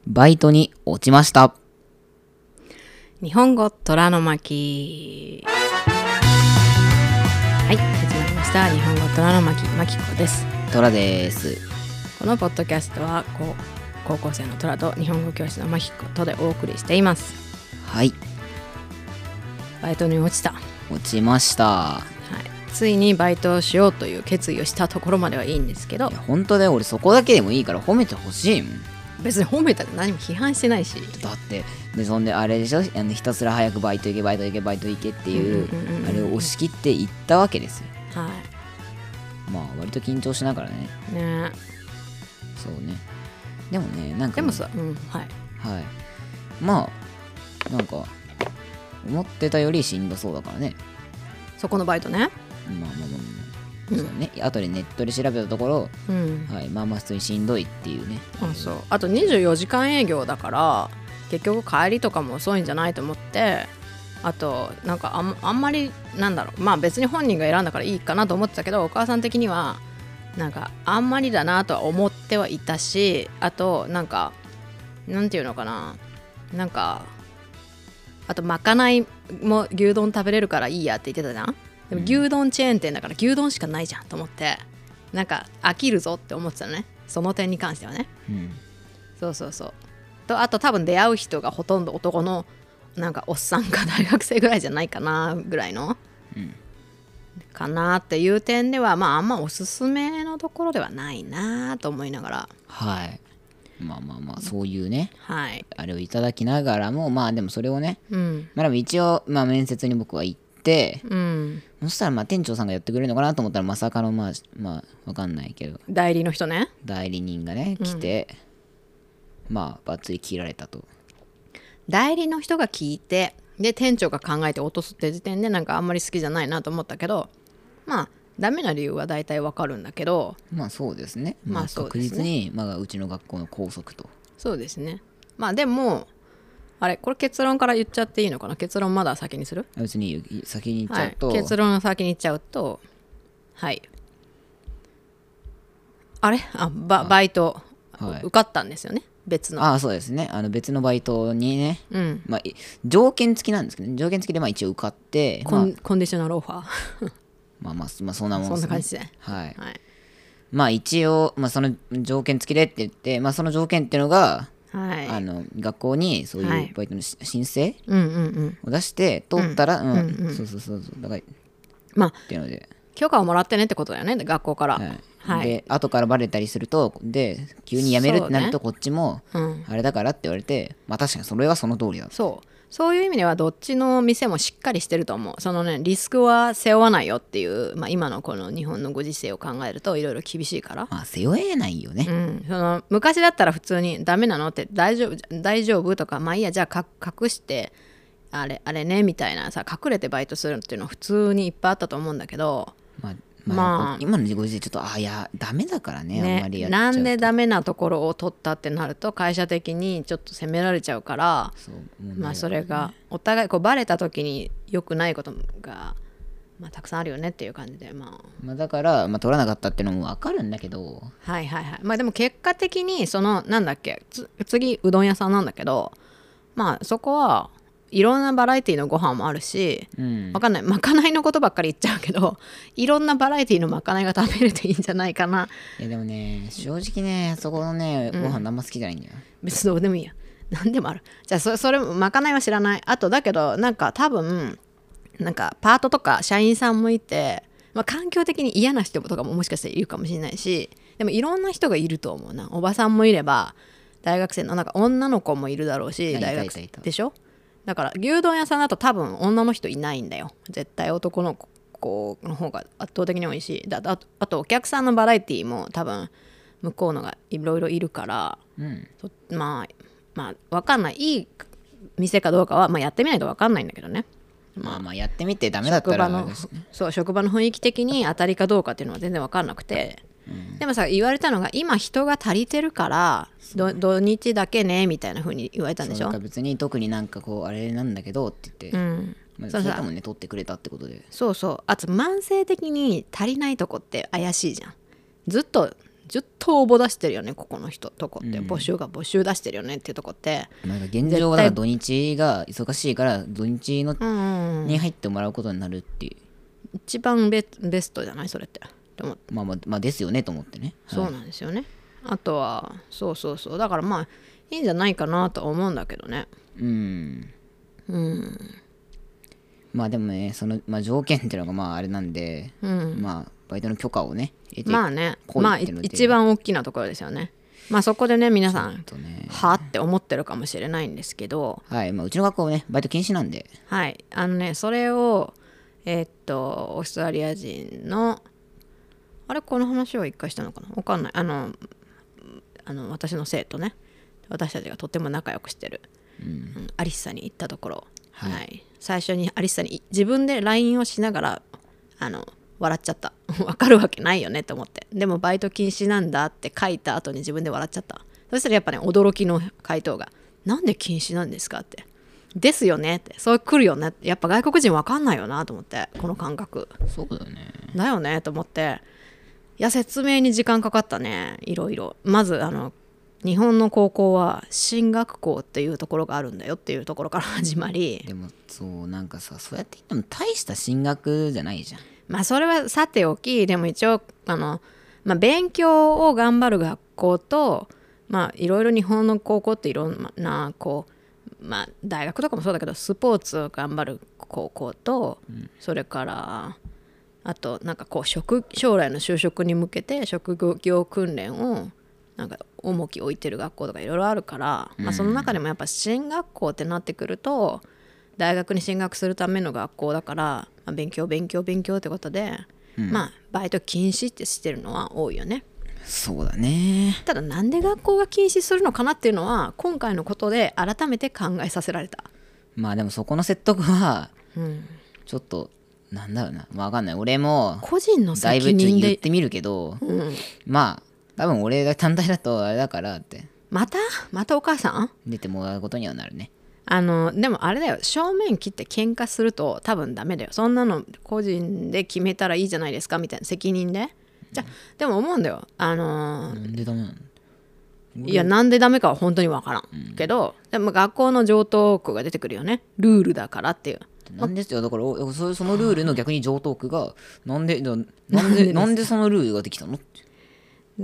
バイトに落ちました。 日本語虎の巻。はい、始まりました。日本語虎の巻、まきこです。 虎です。 このポッドキャストは高校生の虎と日本語教師のまきことでお送りしています。 はい、 バイトに落ちた。 落ちました。 はい、ついにバイトをしようという決意をしたところまではいいんですけど、 いや本当だよ、俺そこだけでもいいから褒めてほしいもん。 別に褒めたって何も批判してないし。 だってでそんであれでしょ、ひたすら早くバイト行けバイト行けバイト行けっていう、あれを押し切っていったわけですよ。 はまあ割と緊張しながらね。 いね。 そうね。でもね、なんかでもさ、はいはい、まあなんか思ってたよりしんどそうだからね。 そこのバイトね。 まあそうね、後でネットで調べたところ、はい、まあ普通にしんどいっていうね。 そう。あと24時間営業だから結局帰りとかも遅いんじゃないと思って、あとなんかあんまりなんだろう、まあ別に本人が選んだからいいかなと思ってたけど、お母さん的にはなんかあんまりだなとは思ってはいたし、あとなんかなんていうのかな、なんかあとまかないも牛丼食べれるからいいやって言ってたじゃん。でも牛丼チェーン店だから牛丼しかないじゃんと思って、なんか飽きるぞって思ってたのね、その点に関してはね。そうと、あと多分出会う人がほとんど男のなんかおっさんか大学生ぐらいじゃないかなぐらいの、かなっていう点では、まああんまおすすめのところではないなと思いながら、 はい、まあそういうね、 はい、 あれをいただきながらも、まあでもそれをね、まあでも一応、まあ、面接に僕は行って、そしたらまあ店長さんがやってくれるのかなと思ったら、まさかのまあわかんないけど代理の人ね、 代理人がね来て、まあバッツリ切られたと。 代理の人が聞いて、で店長が考えて落とすって時点でなんかあんまり好きじゃないなと思ったけど、まあダメな理由は大体わかるんだけど、 まあそうですね、まあ確そうですね、 実に、まあ、うちの学校の校則と。 そうですね。まあでもあれ、これ結論から言っちゃっていいのかな。結論まだ先にする？ 別に先に言っちゃうと、 結論を先に言っちゃうと、はいあれバイト、受かったんですよね、別の。 そうですね、別のバイトにね、まあ条件付きなんですけどね、条件付きでまあ一応受かって、 コンディショナルオファーまあそんなもんですね。 そんな感じで、 はい、まあ一応、まあ、その条件付きでって言って、まあその条件っていうのが、学校にそういうバイトの申請を出して通ったら、そうだからまあっていうので許可をもらってねってことだよね、学校から。 で後からバレたりすると、で急に辞めるってなるとこっちもあれだからって言われて、まあ確かにそれはその通りだ。 そういう意味ではどっちの店もしっかりしてると思う。そのね、リスクは背負わないよっていう、まあ、今のこの日本のご時世を考えるといろいろ厳しいから、 まあ背負えないよね、 その昔だったら普通にダメなのって大丈夫とか、まあいいやじゃあ隠してあれねみたいなさ、隠れてバイトするっていうのは普通にいっぱいあったと思うんだけど、 まあ今のご時世ちょっといやダメだからね、あんまりやっちゃうと。 なんでダメなところを取ったってなると会社的にちょっと責められちゃうから、まあそれがお互いこうバレた時に良くないことが、まあ、たくさんあるよねっていう感じで、まあだから、まあ、取らなかったっていうのも分かるんだけど、 まあでも結果的にそのなんだっけ、次うどん屋さんなんだけど、まあそこはいろんなバラエティのご飯もあるし、わかんない、まかないのことばっかり言っちゃうけど、いろんなバラエティのまかないが食べれていいんじゃないかな。 いやでもね、正直ね、そこのねご飯あんま好きじゃないんだよ。 別にどうでもいいや、何でもある。じゃあそれまかないは知らない。あとだけどなんか多分なんかパートとか社員さんもいて、まあ、環境的に嫌な人とかももしかしたらいるかもしれないし、でもいろんな人がいると思うな。おばさんもいれば大学生のなんか女の子もいるだろうし、大学生でしょ。だから牛丼屋さんだと多分女の人いないんだよ、絶対男の子の方が圧倒的に多いし、あとお客さんのバラエティも多分向こうのがいろいろいるから、まあ分かんない、いい店かどうかは、まあ、やってみないと分かんないんだけどね。 まあやってみてダメだったら職場の雰囲気的に当たりかどうかっていうのは全然分かんなくて、でもさ言われたのが今人が足りてるから土日だけねみたいな風に言われたんでしょ。 別に特になんかこうあれなんだけどって言って、それともね取ってくれたってことで、 あと慢性的に足りないとこって怪しいじゃん。ずっとずっと応募出してるよね、ここのとこって、募集出してるよねっていうとこって、 なんか現状は土日が忙しいから土日の、に入ってもらうことになるっていう、 一番ベストじゃないそれってと思って、 まあですよねと思ってね、 そうなんですよね。あとはそうだからまあいいんじゃないかなと思うんだけどね。 まあでもね、その、まあ、条件っていうのがまああれなんで、まあバイトの許可をね得て、まあね、まあ一番大きなところですよね。まあそこでね皆さん、はって思ってるかもしれないんですけど、 はい、まあ、うちの学校はねバイト禁止なんで、 はいそれをオーストラリア人のこの話を一回したのかな、分かんない。私の生徒ね、私たちがとっても仲良くしてる、アリッサに行ったところ、はい最初にアリッサに自分で LINE をしながら笑っちゃった。分かるわけないよねと思って、でもバイト禁止なんだって書いた後に自分で笑っちゃった。そしたらやっぱね驚きの回答が、なんで禁止なんですかって、ですよねって、そう来るよねって、やっぱ外国人分かんないよなと思って、この感覚そうだよねだよねと思って、いや説明に時間かかったね、いろいろ。まず日本の高校は進学校っていうところがあるんだよっていうところから始まり、 でもそうなんかさ、そうやって言っても大した進学じゃないじゃん。 まあそれはさておき、でも一応まあ、勉強を頑張る学校と、まあいろいろ日本の高校っていろんなこう、まあ大学とかもそうだけどスポーツを頑張る高校と、それからあとなんかこう将来の就職に向けて職業訓練をなんか重きを置いてる学校とかいろいろあるから、まあ、その中でもやっぱ進学校ってなってくると大学に進学するための学校だから、まあ、勉強ってことで、まあバイト禁止ってしてるのは多いよね。 そうだね。 ただなんで学校が禁止するのかなっていうのは今回のことで改めて考えさせられた。 まあでもそこの説得はちょっとなんだろうな、分かんない。俺も個人の責任でだいぶ言ってみるけど、まあ多分俺が単体だとあれだからってまたお母さん出てもらうことにはなるね。 でもあれだよ、正面切って喧嘩すると多分ダメだよ。そんなの個人で決めたらいいじゃないですかみたいな責任で、じゃでも思うんだよ、 なんでダメなの。 いやなんでダメかは本当に分からん、けどでも学校の常套句が出てくるよね、ルールだからっていう。 なんですよ、だからそのルールの逆に常套句がなんでそのルールができたのって。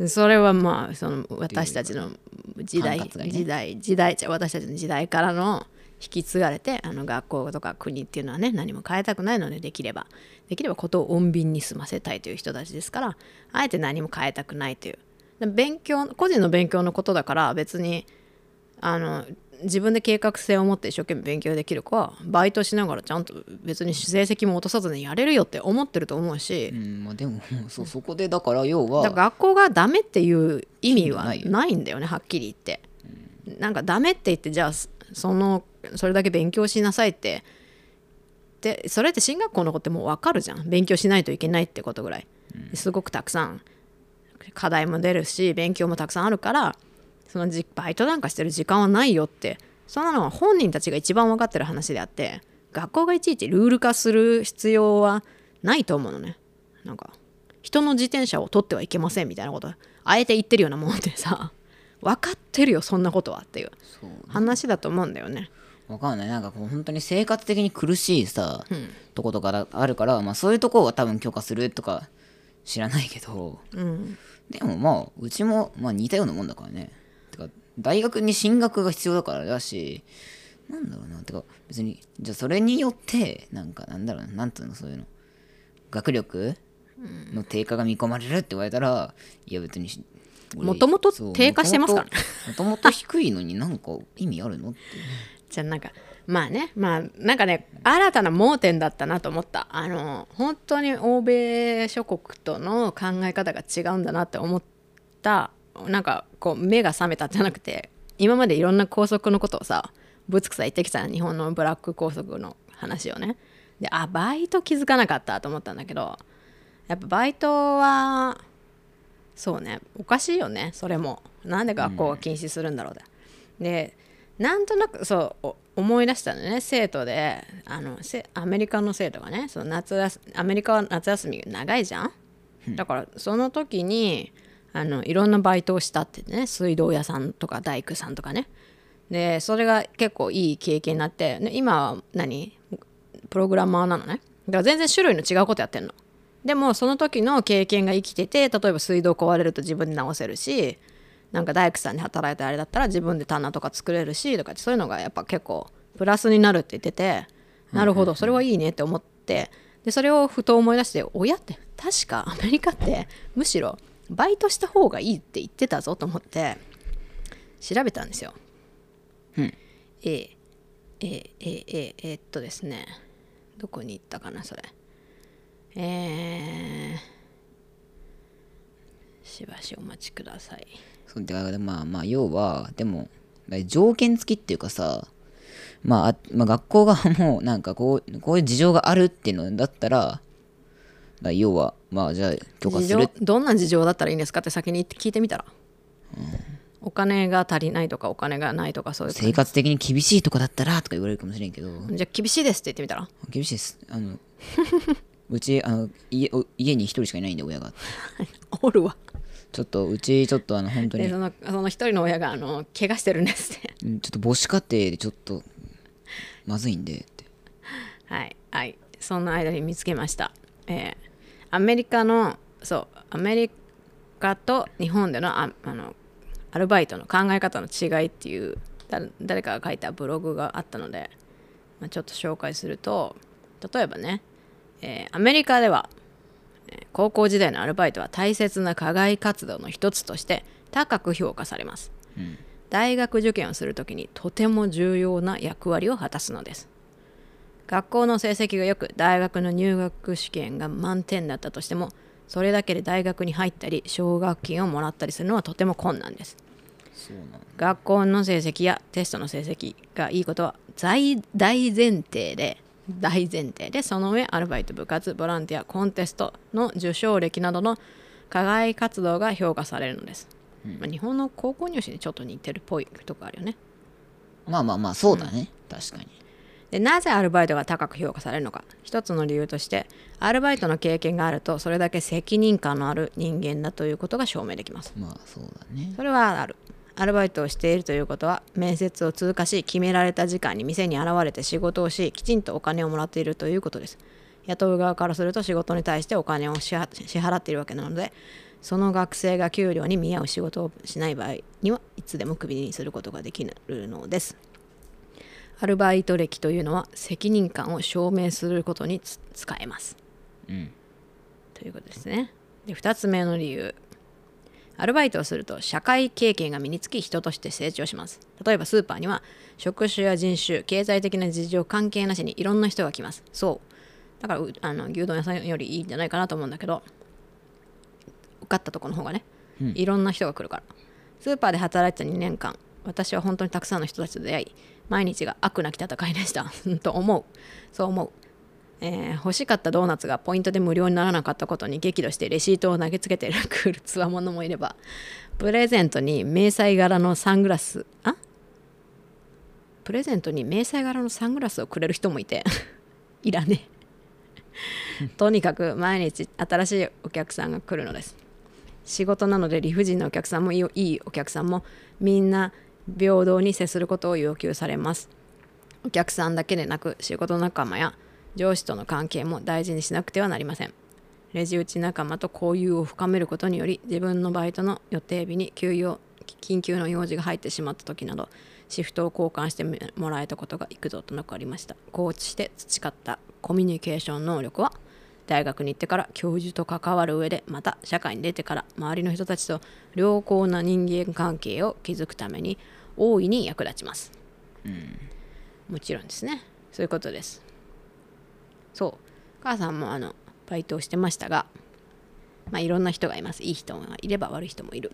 それはまあその私たちの時代私たちの時代からの引き継がれて、学校とか国っていうのはね何も変えたくないので、できればことを穏便に済ませたいという人たちですから、あえて何も変えたくないという。個人の勉強のことだから、別に自分で計画性を持って一生懸命勉強できる子はバイトしながらちゃんと別に成績も落とさずにやれるよって思ってると思うし、 まあ、でもそこでだから要は学校がダメっていう意味はないんだよね、はっきり言って。なんかダメって言ってじゃあそれだけ勉強しなさいってで、それって進学校の子ってもう分かるじゃん、勉強しないといけないってことぐらい。すごくたくさん課題も出るし勉強もたくさんあるから、そのバイトなんかしてる時間はないよって、そんなのは本人たちが一番分かってる話であって、学校がいちいちルール化する必要はないと思うのね。なんか人の自転車を取ってはいけませんみたいなことあえて言ってるようなもんでさ、分かってるよそんなことはっていう話だと思うんだよね。 分かんない、なんかこう本当に生活的に苦しいさ、とことかあるから、まあ、そういうとこは多分許可するとか知らないけど、でもまあうちもまあ似たようなもんだからね。てか大学に進学が必要だからだし、なんだろうな、てか別にじゃあそれによってなんかなんだろうな、なんていうの、そういうの学力の低下が見込まれるって言われたら、いや別にもともと低下してますからもともと低いのになんか意味あるのってじゃあなんかまあなんかね、新たな盲点だったなと思った。本当に欧米諸国との考え方が違うんだなって思った。なんかこう目が覚めたじゃなくて、今までいろんな校則のことをさぶつくさ言ってきた日本のブラック校則の話をね。でバイト気づかなかったと思ったんだけど、やっぱバイトはそうね、おかしいよね。それもなんで学校が禁止するんだろうで、なんとなくそう思い出したのね。生徒でアメリカの生徒がね、アメリカは夏休み長いじゃん。だからその時にいろんなバイトをしたってね、水道屋さんとか大工さんとかね。でそれが結構いい経験になって、ね、今はプログラマーなのね。だから全然種類の違うことやってんの。でもその時の経験が生きてて、例えば水道壊れると自分で直せるし、なんか大工さんに働いたあれだったら自分で棚とか作れるしとか、そういうのがやっぱ結構プラスになるって言ってて、なるほどそれはいいねって思って、でそれをふと思い出して、親って確かアメリカってむしろバイトした方がいいって言ってたぞと思って調べたんですよ。ですね、どこに行ったかなそれ。しばしお待ちください。 そうでまあ要はでも条件付きっていうかさ、学校がもうなんかこういう事情があるっていうのだったら、要はじゃあ許可する。 どんな事情だったらいいんですかって先に聞いてみたら、お金が足りないとかお金がないとか、そういう生活的に厳しいとかだったらとか言われるかもしれんけど、 じゃあ厳しいですって言ってみたら、 厳しいです。うち家に一人しかいないんで親がおるわ。 ちょっとうちちょっと本当にその一人の親が怪我してるんですってちょっと母子家庭でちょっとまずいんでってはいはい、そんな間に見つけました。アメリカと日本でのアルバイトの考え方の違いっていう誰かが書いたブログがあったので、ちょっと紹介すると、例えばね、アメリカでは高校時代のアルバイトは大切な課外活動の一つとして高く評価されます、大学受験をするときにとても重要な役割を果たすのです。学校の成績が良く大学の入学試験が満点だったとしても、それだけで大学に入ったり奨学金をもらったりするのはとても困難です。学校の成績やテストの成績がいいことは大前提で、その上アルバイト、部活、ボランティア、コンテストの受賞歴などの課外活動が評価されるのです、日本の高校入試にちょっと似てるっぽいとこあるよね。 そうだね、確かに。 でなぜアルバイトが高く評価されるのか、一つの理由としてアルバイトの経験があるとそれだけ責任感のある人間だということが証明できます。 そうだね。 それはある。アルバイトをしているということは面接を通過し決められた時間に店に現れて仕事をし、きちんとお金をもらっているということです。雇う側からすると仕事に対してお金を支払っているわけなので、その学生が給料に見合う仕事をしない場合にはいつでもクビにすることができるのです。アルバイト歴というのは責任感を証明することに使えます、ということですね。で2つ目の理由、アルバイトをすると社会経験が身につき人として成長します。例えばスーパーには職種や人種、経済的な事情関係なしにいろんな人が来ます。そうだから牛丼屋さんよりいいんじゃないかなと思うんだけど、受かったとこの方がね、いろんな人が来るから。スーパーで働いてた2年間、私は本当にたくさんの人たちと出会い、毎日が悪なき戦いでしたと思う。そう思う。欲しかったドーナツがポイントで無料にならなかったことに激怒してレシートを投げつけてくるつわものもいれば、プレゼントに迷彩柄のサングラスをくれる人もいていらねえとにかく毎日新しいお客さんが来るのです。仕事なので理不尽なお客さんもいいお客さんもみんな平等に接することを要求されます。お客さんだけでなく仕事仲間や上司との関係も大事にしなくてはなりません。レジ打ち仲間と交友を深めることにより、自分のバイトの予定日に緊急の用事が入ってしまった時など、シフトを交換してもらえたことが幾度となくありました。こうして培ったコミュニケーション能力は、大学に行ってから教授と関わる上で、また社会に出てから周りの人たちと良好な人間関係を築くために大いに役立ちます、もちろんですね。そういうことです。お母さんもバイトをしてましたが、いろんな人がいます。いい人もいれば悪い人もいる。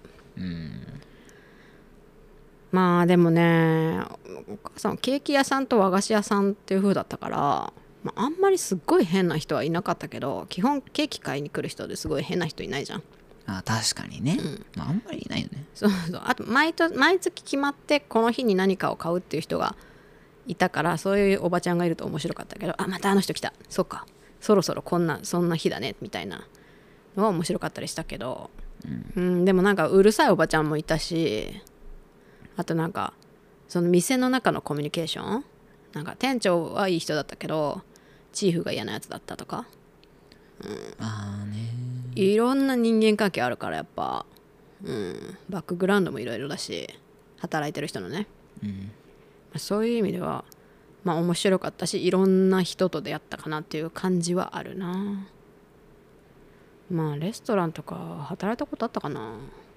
でもね、お母さんケーキ屋さんと和菓子屋さんっていう風だったから、あんまりすっごい変な人はいなかったけど、基本ケーキ買いに来る人ですごい変な人いないじゃん。 確かにね、あんまりいないよね。 あと毎月決まってこの日に何かを買うっていう人がいたから、そういうおばちゃんがいると面白かったけど、またあの人来た、そっかそろそろそんな日だねみたいなのは面白かったりしたけど、 でもなんかうるさいおばちゃんもいたし、あとなんかその店の中のコミュニケーション、なんか店長はいい人だったけどチーフが嫌なやつだったとか、 ああね、 いろんな人間関係あるからやっぱ、バックグラウンドもいろいろだし、働いてる人のね、そういう意味ではまあ面白かったし、いろんな人と出会ったかなっていう感じはあるな。まあレストランとか働いたことあったかな、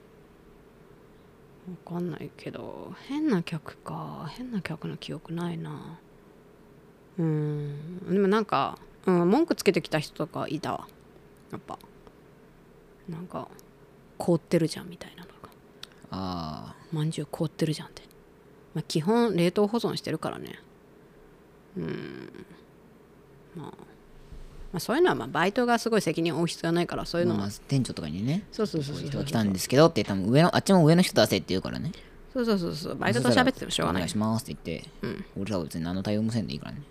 分かんないけど、変な客の記憶ないな。でもなんか、文句つけてきた人とかいたわ。やっぱなんか凍ってるじゃんみたいなとか、まんじゅう凍ってるじゃんって、まあ、基本冷凍保存してるからね。まあそういうのはまあバイトがすごい責任を負う必要はないから、そういうのは、 店長とかにね、 そう人が来たんですけどって多分あっちも上の人出せって言うからね。 そうバイトと喋っててもしょうがない。 お願いしますって言って、俺らは別に何の対応もせんでいいからね。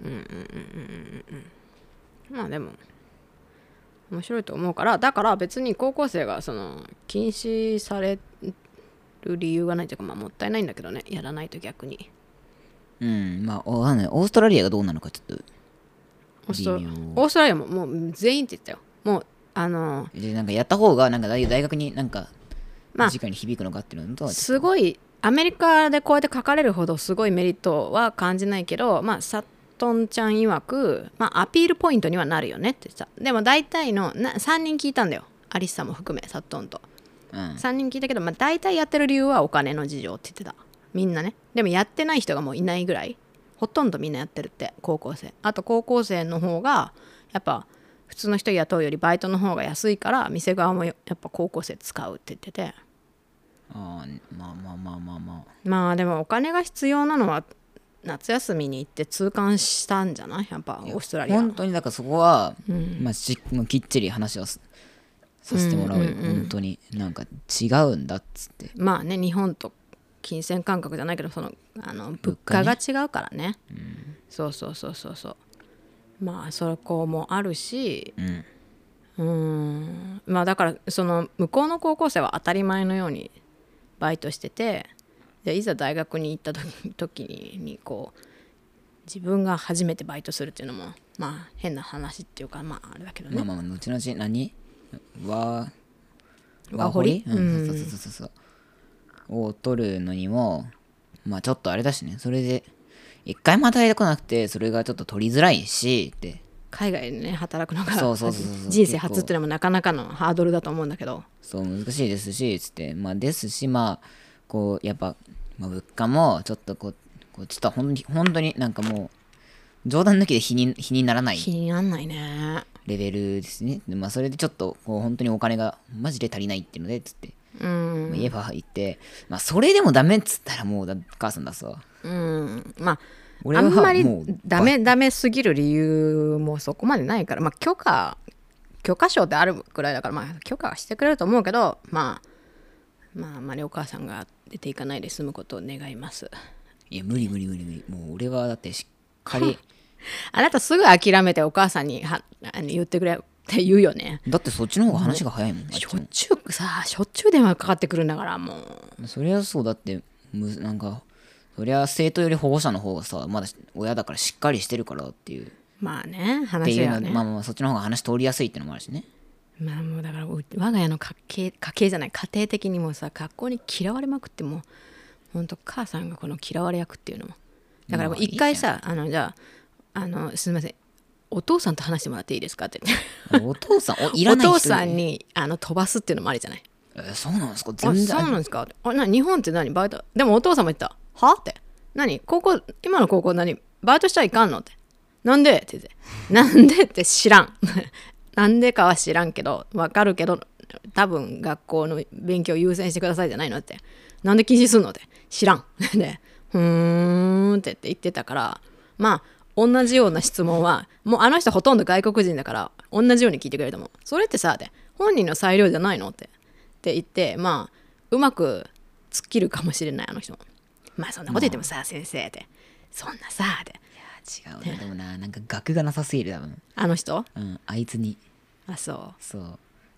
まあでも面白いと思うから、だから別に高校生がその禁止される理由がないというか、まあもったいないんだけどね、やらないと逆に。 まあわかんない。オーストラリアがどうなのかちょっとオーストラリアももう全員って言ったよ。もうでなんかやった方がなんか大学になんか直に響くのかっていうのと、 すごいアメリカでこうやって書かれるほどすごいメリットは感じないけど、まあサットンちゃん曰く、まあアピールポイントにはなるよねってさ。でも大体の3人聞いたんだよ、アリスさんも含めサットンと、3人聞いたけど、まあ大体やってる理由はお金の事情って言ってた、みんなね。でもやってない人がもういないぐらい、ほとんどみんなやってるって、高校生。あと高校生の方がやっぱ普通の人雇うよりバイトの方が安いから、店側もやっぱ高校生使うって言ってて、まあでもお金が必要なのは夏休みに行って痛感したんじゃない、やっぱオーストラリア。 本当にだからそこは、きっちり話をさせてもらうよ、本当になんか違うんだっつって。 まあね、日本と金銭感覚じゃないけど、その物価が違うからね。そうまあそこもあるし、まあだからその向こうの高校生は当たり前のようにバイトしてて、でいざ大学に行った時にこう自分が初めてバイトするっていうのもまあ変な話っていうか、まああれだけどね。 まあ後々何ワーホリ、 そうを取るのにもまあちょっとあれだしね。それで一回も働いてこなくて、それがちょっと取りづらいしって。 海外でね働くのが人生初っていうのもなかなかのハードルだと思うんだけど、 そう難しいですしつって、まあですし、まあこうやっぱ、物価もちょっとこうちょっと本当になんかもう冗談抜きで比にならないねレベルですね。でまあそれでちょっとこう本当にお金がマジで足りないっていうのでつって、言えば言って、まあそれでもダメっつったらもう母さんだそう。 まああんまりダメすぎる理由もそこまでないから、まあ許可証ってあるくらいだから、まあ許可はしてくれると思うけど、まああんまりお母さんが出ていかないで済むことを願います。 いや無理、もう俺はだってしっかりあなたすぐ諦めてお母さんに言ってくれって言うよね。 だってそっちの方が話が早いもん。 しょっちゅう電話かかってくるんだから、もうそりゃそうだって、なんかそりゃ生徒より保護者の方がさ、まだ親だからしっかりしてるからっていう、 まあね、話はね、 まあそっちの方が話通りやすいってのもあるしね。 まあもうだから我が家の家計じゃない、家庭的にもさ、学校に嫌われまくって、もうほんと母さんがこの嫌われ役っていうのも、だから一回さ、じゃあすみません、お父さんと話してもらっていいですかってお父さんいらない人お父さんに飛ばすっていうのもありじゃない。 そうなんですか。全然そうなんですか。日本って何バイト、でもお父さんも言った、はって何今の高校何バイトしたらいかんのって、なんでって言って、なんでって知らんなんでかは知らんけど分かるけど、多分学校の勉強優先してくださいじゃないのって、なんで禁止すんのって知らんで、ふーんって言ってたから、まあ同じような質問はもうあの人ほとんど外国人だから同じように聞いてくれると思う。それってさって本人の裁量じゃないのって言って、まあうまく突っ切るかもしれない、あの人も。まあそんなこと言ってもさ、先生ってそんなさって、 いや違うね、でもなんか学がなさすぎる多分あの人、 あいつに。 そうい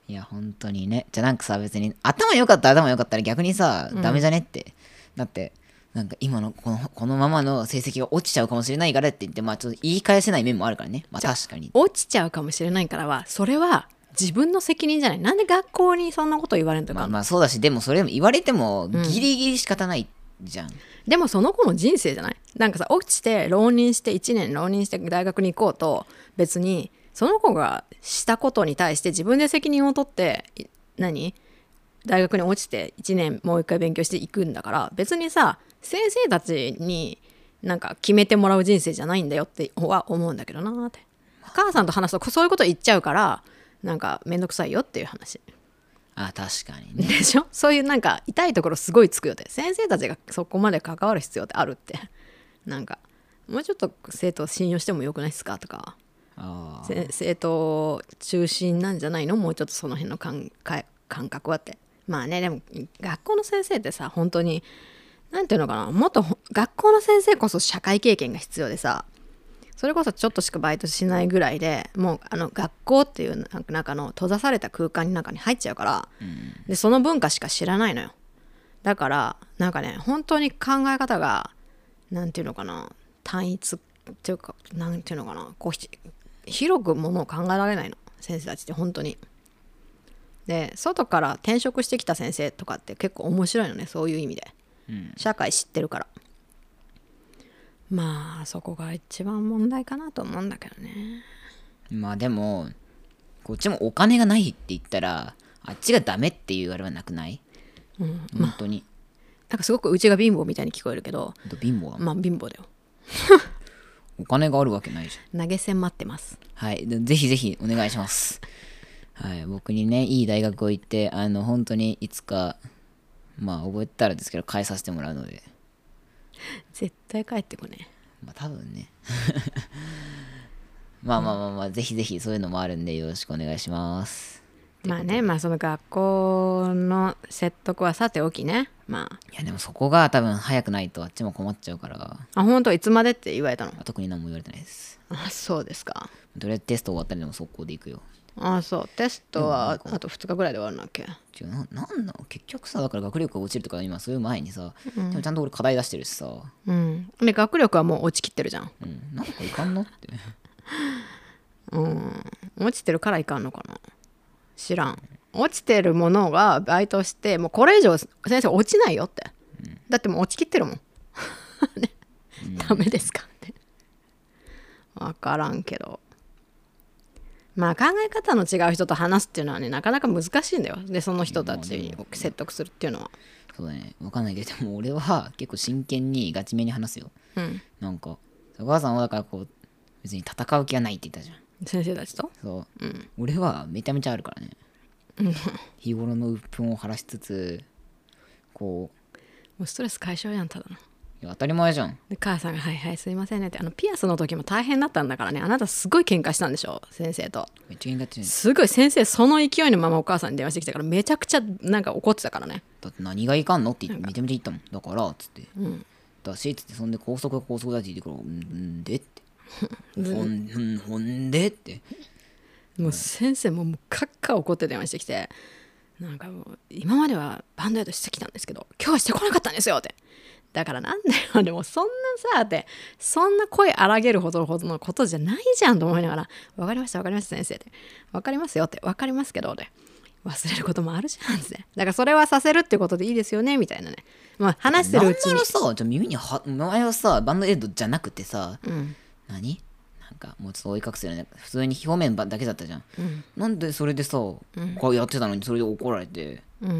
いや本当にね。じゃあなんかさ、別に頭良かったら逆にさ、ダメじゃねって。だってなんか今のこのままの成績が落ちちゃうかもしれないからって言って、まあちょっと言い返せない面もあるからね。まあ確かに落ちちゃうかもしれないからは、それは自分の責任じゃない。なんで学校にそんなこと言われんとか。 まあそうだし、でもそれ言われてもギリギリ仕方ないじゃん、 でもその子の人生じゃない。なんかさ、落ちて浪人して1年浪人して大学に行こうと、別にその子がしたことに対して自分で責任を取って大学に落ちて1年もう一回勉強していくんだから、別にさ先生たちになんか決めてもらう人生じゃないんだよっては思うんだけどなって。お母さんと話すとそういうこと言っちゃうからなんかめんどくさいよっていう話。 あ、確かにね。 でしょ。そういうなんか痛いところすごいつくよって。先生たちがそこまで関わる必要ってあるって。なんかもうちょっと生徒を信用してもよくないですかとか、生徒中心なんじゃないの、もうちょっとその辺の感覚はって。まあね、でも学校の先生ってさ、本当になんていうのかな、もっと学校の先生こそ社会経験が必要でさ、それこそちょっとしかバイトしないぐらいでもう学校っていう中の閉ざされた空間の中に入っちゃうから、でその文化しか知らないのよ。だからなんかね、本当に考え方がなんていうのかな、単一っていうか、なんていうのかな、こう広くものを考えられないの、先生たちって本当に。で外から転職してきた先生とかって結構面白いのね、そういう意味で、社会知ってるから。まあそこが一番問題かなと思うんだけどね。 まあでもこっちもお金がないって言ったらあっちがダメっていうあれはなくない？本当に、 なんかすごくうちが貧乏みたいに聞こえるけど、 貧乏はまあ貧乏だよお金があるわけないじゃん。投げ銭待ってます。 はい、ぜひぜひお願いしますはい、僕にねいい大学を行って本当にいつかまあ覚えたらですけど変えさせてもらうので。 絶対帰ってこね。 まあ多分ねまあぜひぜひそういうのもあるんでよろしくお願いします。 まあね、まあその学校の説得はさておきね。まあいやでもそこが多分早くないとあっちも困っちゃうから。 あ、本当いつまでって言われたの？ 特に何も言われてないです。 あ、そうですか。 とりあえずテスト終わったらでも速攻で行くよ。 あ、そう。テストはあと2日ぐらいで終わるんだっけ？ 違う、なんなの結局さ、だから学力が落ちるとか今そういう前にさ、でもちゃんと俺課題出してるしさ、 で学力はもう落ちきってるじゃん。 なんかいかんのって落ちてるからいかんのかな、知らん。落ちてるものがバイトしてもうこれ以上先生落ちないよって、だってもう落ちきってるもんね、ダメですかって分からんけど、まあ考え方の違う人と話すっていうのはね、なかなか難しいんだよ。でその人たちを説得するっていうのは。 そうだね、分かんないけど、でも俺は結構真剣にガチめに話すよ。なんかお母さんはだからこう別に戦う気はないって言ったじゃん、 先生たちと。 そう、俺はめちゃめちゃあるからね、日頃の鬱憤を晴らしつつこうもうストレス解消やん、ただの。 当たり前じゃん。 で母さんが「はいはいすいませんね」って、ピアスの時も大変だったんだからね。あなたすごい喧嘩したんでしょ先生と。 めっちゃ喧嘩ってる。 すごい先生その勢いのままお母さんに電話してきたからめちゃくちゃなんか怒ってたからね。 だって何がいかんのってめちゃめちゃ言ったもん。だからっつって、だしっつって、そんで高速だって言ってからんでってほんでってもう先生もうカッカ怒って電話してきて、なんかもう今まではバンドエイドしてきたんですけど今日はしてこなかったんですよって。だからなんだよ、でもそんなさってそんな声荒げるほどのことじゃないじゃんと思いながら、分かりました先生って分かりますよって分かりますけどで忘れることもあるじゃんって。だからそれはさせるってことでいいですよねみたいなね。まあ話してるうちになんならさ、じゃあ耳に前はさバンドエイドじゃなくてさ、何なんかもうちょっと追い隠すよね、普通に表面だけだったじゃん、なんでそれでさ、こうやってたのにそれで怒られて、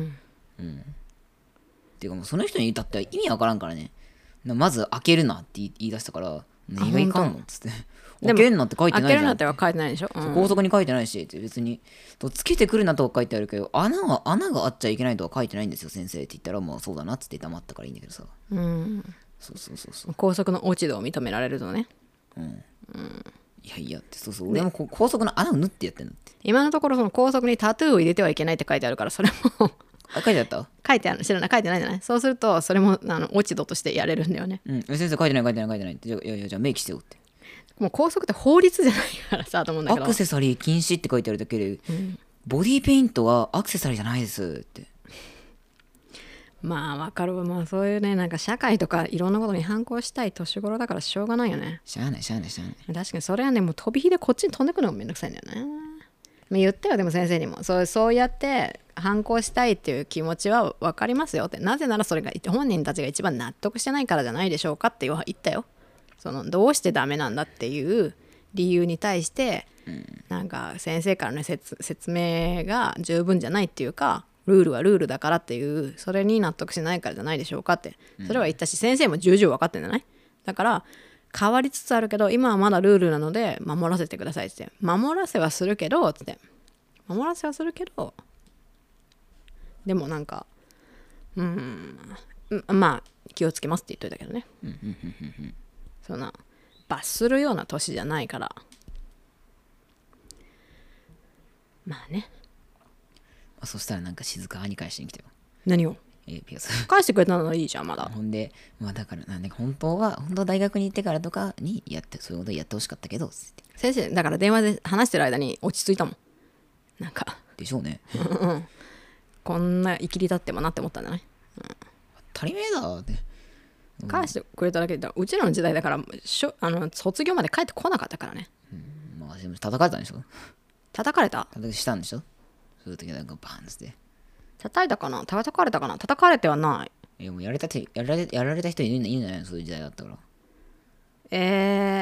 っていうかもうその人にだって意味わからんからね。まず開けるなって言い出したから何がいかんのっつって、開けるなって書いてないじゃん。 開けるなっては書いてないでしょ、 高速に書いてないしって。別につけてくるなとは書いてあるけど穴があっちゃいけないとは書いてないんですよ先生って言ったら、もうそうだなっつって黙ったからいいんだけどさ、そう高速の落ち度を認められるとね、 いやってそう俺も高速の穴を縫ってやってんのって。 今のところその高速にタトゥーを入れてはいけないって書いてあるから、それも書いてあった？ 書いてある、知らない、書いてないんじゃない。そうするとそれも落ち度としてやれるんだよね。 先生書いてないって。じゃあ明記してよって。 もう高速って法律じゃないからさと思うんだけど、 アクセサリー禁止って書いてあるだけで、 ボディーペイントはアクセサリーじゃないですって。 まあわかる。まあそういうね、なんか社会とかいろんなことに反抗したい年頃だからしょうがないよね。 しゃあない。確かにそれはね、もう飛び火でこっちに飛んでくるのがめんどくさいんだよね。まあ、言ったよ、でも先生にもそうやって反抗したいっていう気持ちは分かりますよって。なぜならそれが本人たちが一番納得してないからじゃないでしょうかって言ったよ。どうしてダメなんだっていう理由に対して、なんか先生からの説明が十分じゃないっていうか、ルールはルールだからっていう、それに納得しないからじゃないでしょうかって、それは言ったし、先生も重々分かってんじゃない。だから変わりつつあるけど今はまだルールなので守らせてくださいって。守らせはするけどでもなんかまあ気をつけますって言っといたけどね。そんな罰するような年じゃないから、まあね。 そしたらなんか静かに返しに来たよ。 何を？ ピアス返してくれたのはいいじゃん、まだ。 ほんで、まあだからなんで本当大学に行ってからとかにそういうことやってほしかったけど先生だから電話で話してる間に落ち着いたもん。なんかでしょうね。 こんな生きり立ってもなって思ったんじゃない？ 当たり前だって。 返してくれただけで、うちらの時代だから卒業まで帰ってこなかったからね。 まあでも叩かれたんでしょ。 叩かれた？ したんでしょ。そういう時なんかバーンって叩いたかな、叩かれたかな。叩かれてはない。 もうやられた人いるんじゃないの、そういう時代だったから。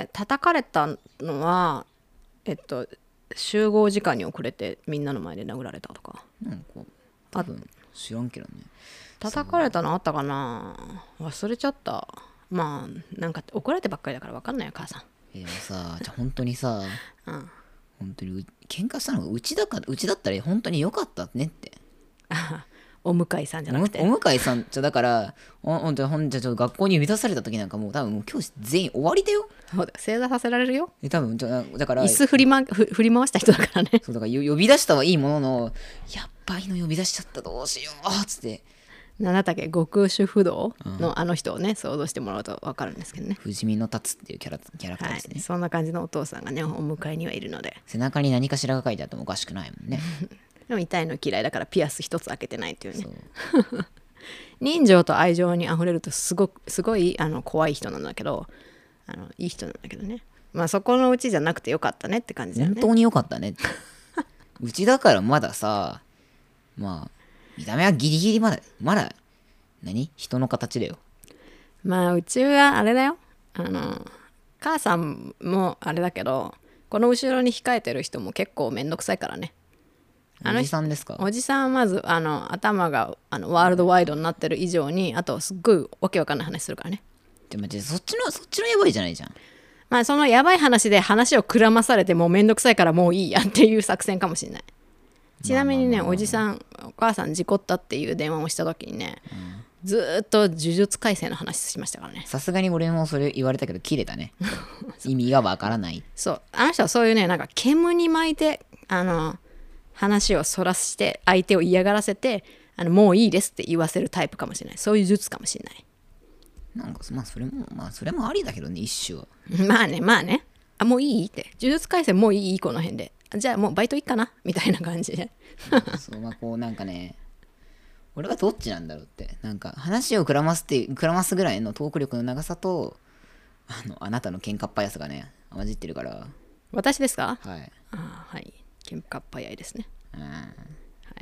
叩かれたのは集合時間に遅れてみんなの前で殴られたとか。 なんか多分知らんけどね。 叩かれたのあったかな、忘れちゃった。まあなんか怒られてばっかりだから分かんないよ母さん。 でもさ、じゃ本当にさ、本当に喧嘩したのがうちだったら本当に良かったねって。 お向かいさんじゃなくて、 お向かいさんだから本当に学校に呼び出された時なんかもう多分もう教師全員終わりだよ。 そうだよ、正座させられるよ。 多分だから椅子振り回した人だからね。 そうだから呼び出したはいいものの、やっぱりの呼び出しちゃった、どうしようっつって。 何だったっけ、極主不動のあの人をね、想像してもらうと分かるんですけどね。 不死身の立つっていうキャラクターですね、 そんな感じのお父さんがねお迎えにはいるので、 背中に何かしらが書いてあってもおかしくないもんね。 でも痛いの嫌いだからピアス一つ開けてないっていうね。人情と愛情にあふれるとすごい怖い人なんだけど、いい人なんだけどね。まあそこのうちじゃなくてよかったねって感じだよね。 本当によかったねってうちだからまださ、まあ見た目はギリギリまだ人の形だよ。 まあうちはあれだよ、母さんもあれだけど、この後ろに控えてる人も結構めんどくさいからね。 おじさんですか？ おじさんはまず頭がワールドワイドになってる以上に、あとすっごいわけわかんない話するからね。 でもそっちのやばいじゃないじゃん。 まあそのやばい話で話をくらまされてもうめんどくさいからもういいやっていう作戦かもしれない。ちなみにね、おじさんお母さん事故ったっていう電話をした時にね、ずーっと呪術廻戦の話しましたからね。 さすがに俺もそれ言われたけど切れたね。意味がわからない。 そう、あの人はそういうね、なんか煙に巻いて話をそらして相手を嫌がらせてもういいですって言わせるタイプかもしれない。そういう術かもしれない。 なんかそれもありだけどね、一種は。 まあね、もういいって呪術廻戦もういいこの辺で、じゃあもうバイトいっかなみたいな感じでそう、まあこうなんかね、俺はどっちなんだろうって、なんか話をくらますぐらいのトーク力の長さとあなたの喧嘩っ早さがね混じってるから。 私ですか？ はい。 はい、喧嘩っ早いですね。はい、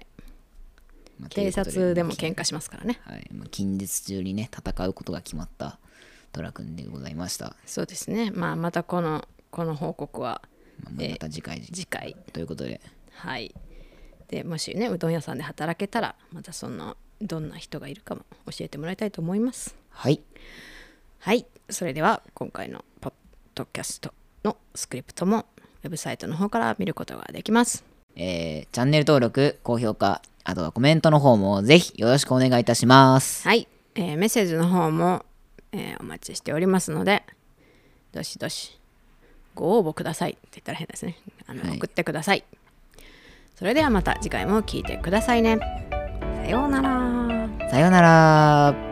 まあ、 警察でも喧嘩しますからね。 はい、まあ、近日中にね戦うことが決まったトラ君でございました。 そうですね。まあまたこの報告は、 また次回ということで、 はい。でもしねうどん屋さんで働けたらまたどんな人がいるかも教えてもらいたいと思います。 はいはい。それでは今回のポッドキャストのスクリプトもウェブサイトの方から見ることができます。 チャンネル登録、高評価、あとはコメントの方もぜひよろしくお願いいたします。 はい。メッセージの方も、お待ちしておりますので、どしどしご応募くださいって言ったら変ですね。送ってください。それではまた次回も聞いてくださいね。さようなら。 さようなら。